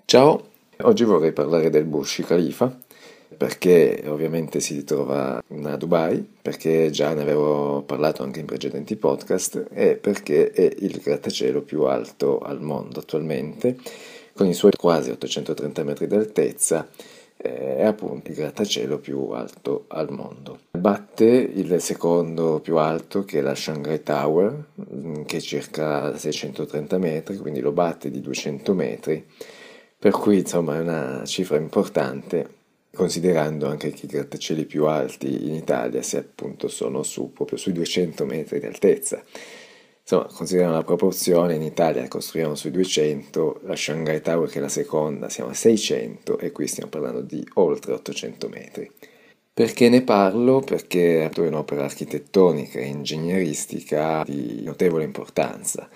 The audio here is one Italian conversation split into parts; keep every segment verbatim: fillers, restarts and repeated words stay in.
Ciao, oggi vorrei parlare del Burj Khalifa perché ovviamente si trova a Dubai, perché già ne avevo parlato anche in precedenti podcast e perché è il grattacielo più alto al mondo attualmente, con i suoi quasi ottocentotrenta metri d'altezza. eh, È appunto il grattacielo più alto al mondo. Batte il secondo più alto, che è la Shanghai Tower, mm, che è circa seicentotrenta metri, quindi lo batte di duecento metri, per cui insomma è una cifra importante, considerando anche che i grattacieli più alti in Italia si appunto sono su, proprio sui duecento metri di altezza. Insomma, consideriamo la proporzione, in Italia costruiamo sui duecento, la Shanghai Tower, che è la seconda, siamo a seicento, e qui stiamo parlando di oltre ottocento metri. Perché ne parlo? Perché è un'opera architettonica e ingegneristica di notevole importanza,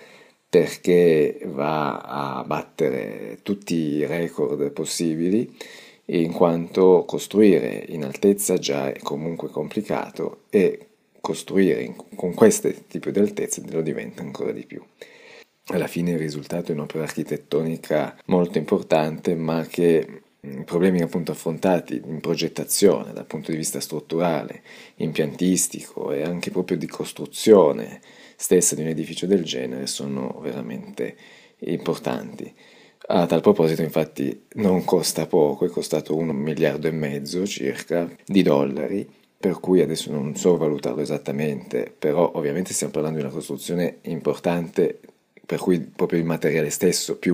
perché va a battere tutti i record possibili, in quanto costruire in altezza già è comunque complicato e costruire in- con questi tipi di altezze lo diventa ancora di più. Alla fine il risultato è un'opera architettonica molto importante, ma che i problemi appunto affrontati in progettazione dal punto di vista strutturale, impiantistico e anche proprio di costruzione stessa di un edificio del genere sono veramente importanti. A tal proposito, infatti, non costa poco, è costato un miliardo e mezzo circa di dollari, per cui adesso non so valutarlo esattamente, però ovviamente stiamo parlando di una costruzione importante, per cui proprio il materiale stesso più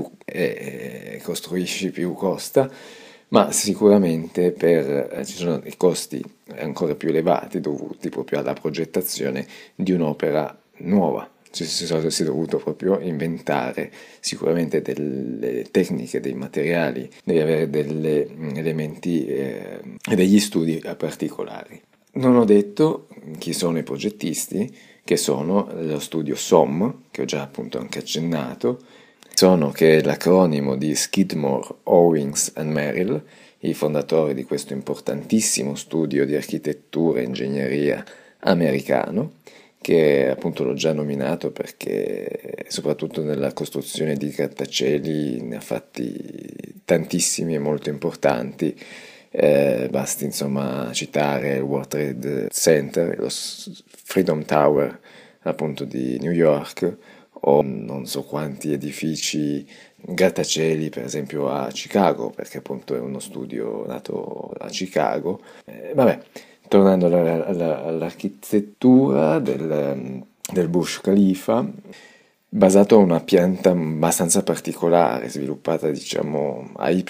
eh, costruisci più costa, ma sicuramente per, eh, ci sono i costi ancora più elevati dovuti proprio alla progettazione di un'opera nuova. Ci si si- si è dovuto proprio inventare sicuramente delle tecniche, dei materiali, devi avere degli elementi eh, e degli studi particolari. Non ho detto chi sono i progettisti, che sono lo studio S O M, che ho già appunto anche accennato, sono che è l'acronimo di Skidmore, Owings and Merrill, i fondatori di questo importantissimo studio di architettura e ingegneria americano, che appunto l'ho già nominato perché soprattutto nella costruzione di grattacieli ne ha fatti tantissimi e molto importanti. Eh, basti insomma citare il World Trade Center, lo Freedom Tower appunto di New York, o non so quanti edifici, grattacieli per esempio a Chicago, perché appunto è uno studio nato a Chicago. Eh, vabbè, tornando alla- alla- all'architettura del, del Burj Khalifa, basato a una pianta abbastanza particolare, sviluppata diciamo a Y,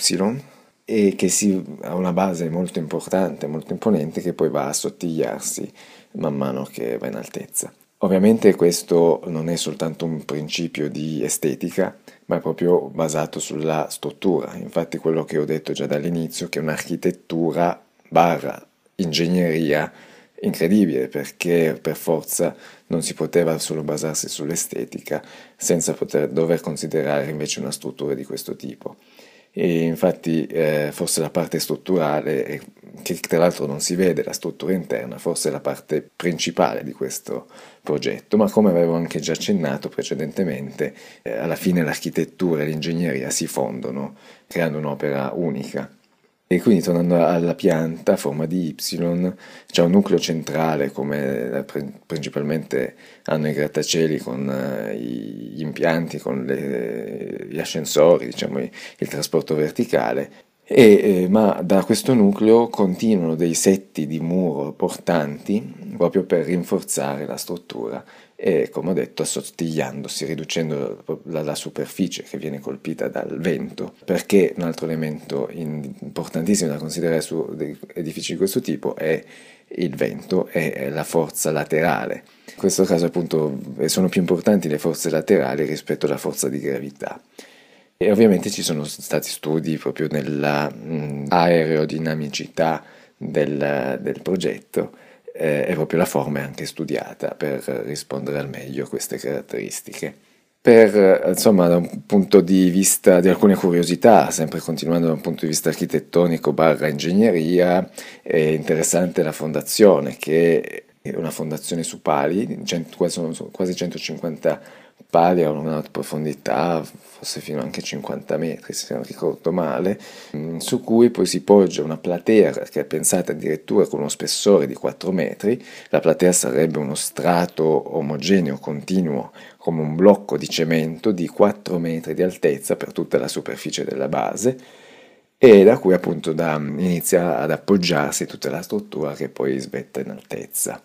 e che si, ha una base molto importante, molto imponente, che poi va a assottigliarsi man mano che va in altezza. Ovviamente questo non è soltanto un principio di estetica, ma è proprio basato sulla struttura. Infatti quello che ho detto già dall'inizio, che è un'architettura barra ingegneria incredibile, perché per forza non si poteva solo basarsi sull'estetica senza poter, dover considerare invece una struttura di questo tipo. E infatti eh, forse la parte strutturale, eh, che tra l'altro non si vede, la struttura interna, forse è la parte principale di questo progetto, ma come avevo anche già accennato precedentemente, eh, alla fine l'architettura e l'ingegneria si fondono, creando un'opera unica. E quindi tornando alla pianta a forma di Y, c'è un nucleo centrale, come eh, pr- principalmente hanno i grattacieli con eh, gli impianti, con le- gli ascensori, diciamo i- il trasporto verticale, e, eh, ma da questo nucleo continuano dei setti di muro portanti proprio per rinforzare la struttura e, come ho detto, assottigliandosi, riducendo la, la superficie che viene colpita dal vento, perché un altro elemento in- importantissimo da considerare su dei edifici di questo tipo è il vento e la forza laterale. In questo caso appunto sono più importanti le forze laterali rispetto alla forza di gravità. E ovviamente ci sono stati studi proprio nella mh, aerodinamicità del, del progetto, eh, e proprio la forma è anche studiata per rispondere al meglio a queste caratteristiche. Per, eh, insomma, da un punto di vista di alcune curiosità, sempre continuando da un punto di vista architettonico barra ingegneria, è interessante la fondazione, che è una fondazione su pali, cento quasi, sono quasi centocinquanta pali a una profondità, forse fino anche a cinquanta metri, se non ricordo male, su cui poi si poggia una platea che è pensata addirittura con uno spessore di quattro metri. La platea sarebbe uno strato omogeneo, continuo, come un blocco di cemento di quattro metri di altezza per tutta la superficie della base, e da cui appunto da, inizia ad appoggiarsi tutta la struttura che poi svetta in altezza.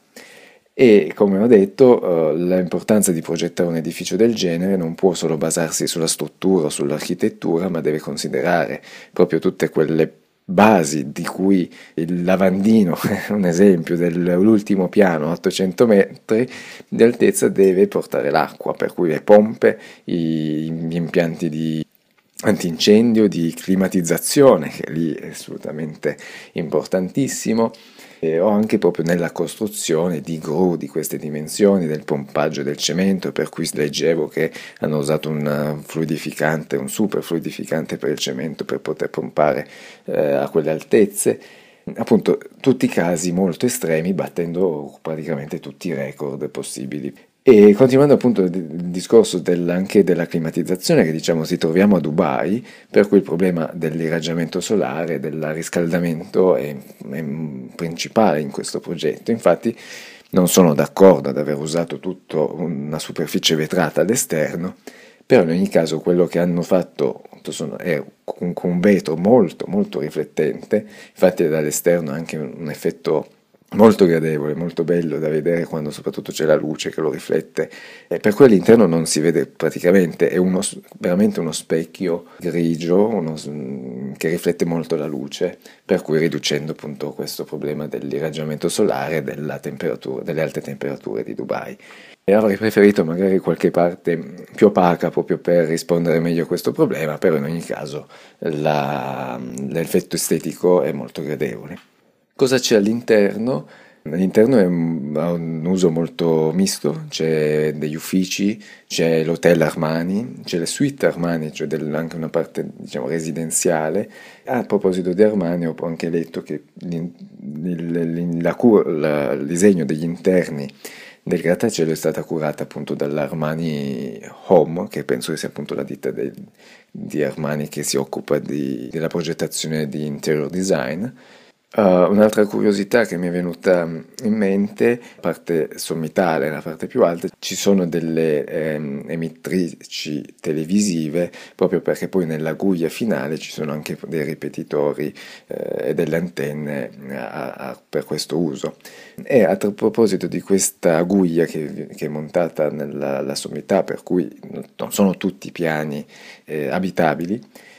E come ho detto, eh, l'importanza di progettare un edificio del genere non può solo basarsi sulla struttura o sull'architettura, ma deve considerare proprio tutte quelle basi di cui il lavandino, un esempio dell'ultimo piano, ottocento metri di altezza, deve portare l'acqua, per cui le pompe, gli impianti di antincendio, di climatizzazione, che lì è assolutamente importantissimo, e o anche proprio nella costruzione di gru di queste dimensioni, del pompaggio del cemento, per cui leggevo che hanno usato un fluidificante, un super fluidificante per il cemento per poter pompare eh, a quelle altezze. Appunto, tutti casi molto estremi, battendo praticamente tutti i record possibili. E continuando appunto il discorso del, anche della climatizzazione, che diciamo ci troviamo a Dubai, per cui il problema dell'irraggiamento solare, del riscaldamento è, è principale in questo progetto. Infatti non sono d'accordo ad aver usato tutta una superficie vetrata all'esterno, però in ogni caso quello che hanno fatto sono, è con un vetro molto molto riflettente, infatti dall'esterno anche un effetto molto gradevole, molto bello da vedere quando soprattutto c'è la luce che lo riflette, e per cui all'interno non si vede praticamente, è uno, veramente uno specchio grigio uno, che riflette molto la luce, per cui riducendo appunto questo problema dell'irraggiamento solare e della temperatura, delle alte temperature di Dubai. E avrei preferito magari qualche parte più opaca proprio per rispondere meglio a questo problema, però in ogni caso la, l'effetto estetico è molto gradevole. Cosa c'è all'interno? All'interno è un, ha un uso molto misto, c'è degli uffici, c'è l'hotel Armani, c'è le suite Armani, cioè del, anche una parte diciamo residenziale. A proposito di Armani ho anche letto che il, il, la, la, il disegno degli interni del grattacielo è stata curata appunto dall'Armani Home, che penso che sia appunto la ditta dei, di Armani che si occupa di, della progettazione di interior design. Uh, un'altra curiosità che mi è venuta in mente, la parte sommitale, la parte più alta, ci sono delle ehm, emettrici televisive, proprio perché poi nella guglia finale ci sono anche dei ripetitori eh, e delle antenne a, a, per questo uso. E a proposito di questa guglia che, che è montata nella la sommità, per cui non sono tutti piani eh, abitabili,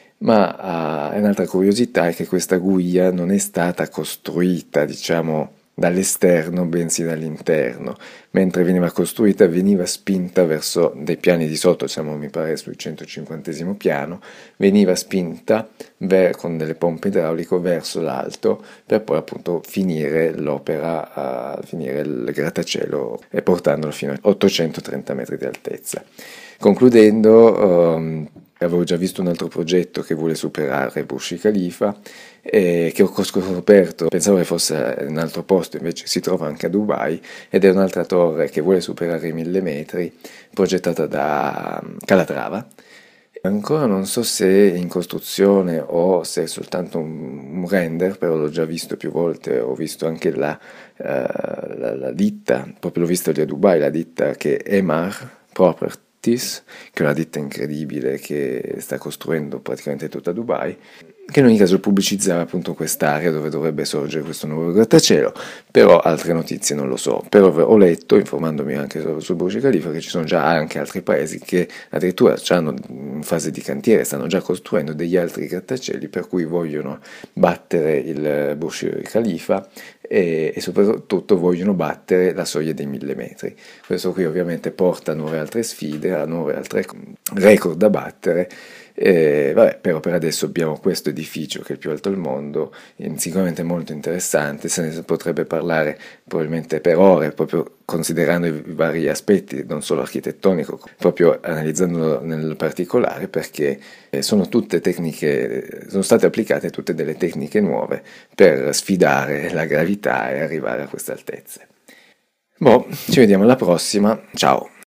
ma uh, un'altra curiosità è che questa guglia non è stata costruita, diciamo, dall'esterno, bensì dall'interno. Mentre veniva costruita, veniva spinta verso dei piani di sotto, siamo mi pare sul centocinquantesimo piano, veniva spinta ver- con delle pompe idrauliche verso l'alto per poi appunto finire l'opera, uh, finire il grattacielo e portandolo fino a ottocentotrenta metri di altezza. Concludendo, um, avevo già visto un altro progetto che vuole superare Burj Khalifa e che ho scoperto, pensavo che fosse in un altro posto, invece si trova anche a Dubai, ed è un'altra torre che vuole superare i mille metri, progettata da Calatrava. Ancora non so se è in costruzione o se è soltanto un, un render, però l'ho già visto più volte, ho visto anche la, uh, la, la ditta, proprio l'ho vista lì a Dubai, la ditta che è Emaar Properties, che è una ditta incredibile che sta costruendo praticamente tutta Dubai, che in ogni caso pubblicizzava appunto quest'area dove dovrebbe sorgere questo nuovo grattacielo, però altre notizie non lo so. Però ho letto, informandomi anche su, su Burj Khalifa, che ci sono già anche altri paesi che addirittura hanno in fase di cantiere, stanno già costruendo degli altri grattacieli, per cui vogliono battere il Burj Khalifa e, e soprattutto vogliono battere la soglia dei mille metri. Questo qui ovviamente porta a nuove altre sfide, a nuove altre record da battere. Eh, vabbè, però per adesso abbiamo questo edificio che è il più alto al mondo, sicuramente molto interessante, se ne potrebbe parlare probabilmente per ore, proprio considerando i vari aspetti, non solo architettonico, proprio analizzandolo nel particolare, perché sono tutte tecniche, sono state applicate tutte delle tecniche nuove per sfidare la gravità e arrivare a queste altezze. Boh, ci vediamo alla prossima, ciao!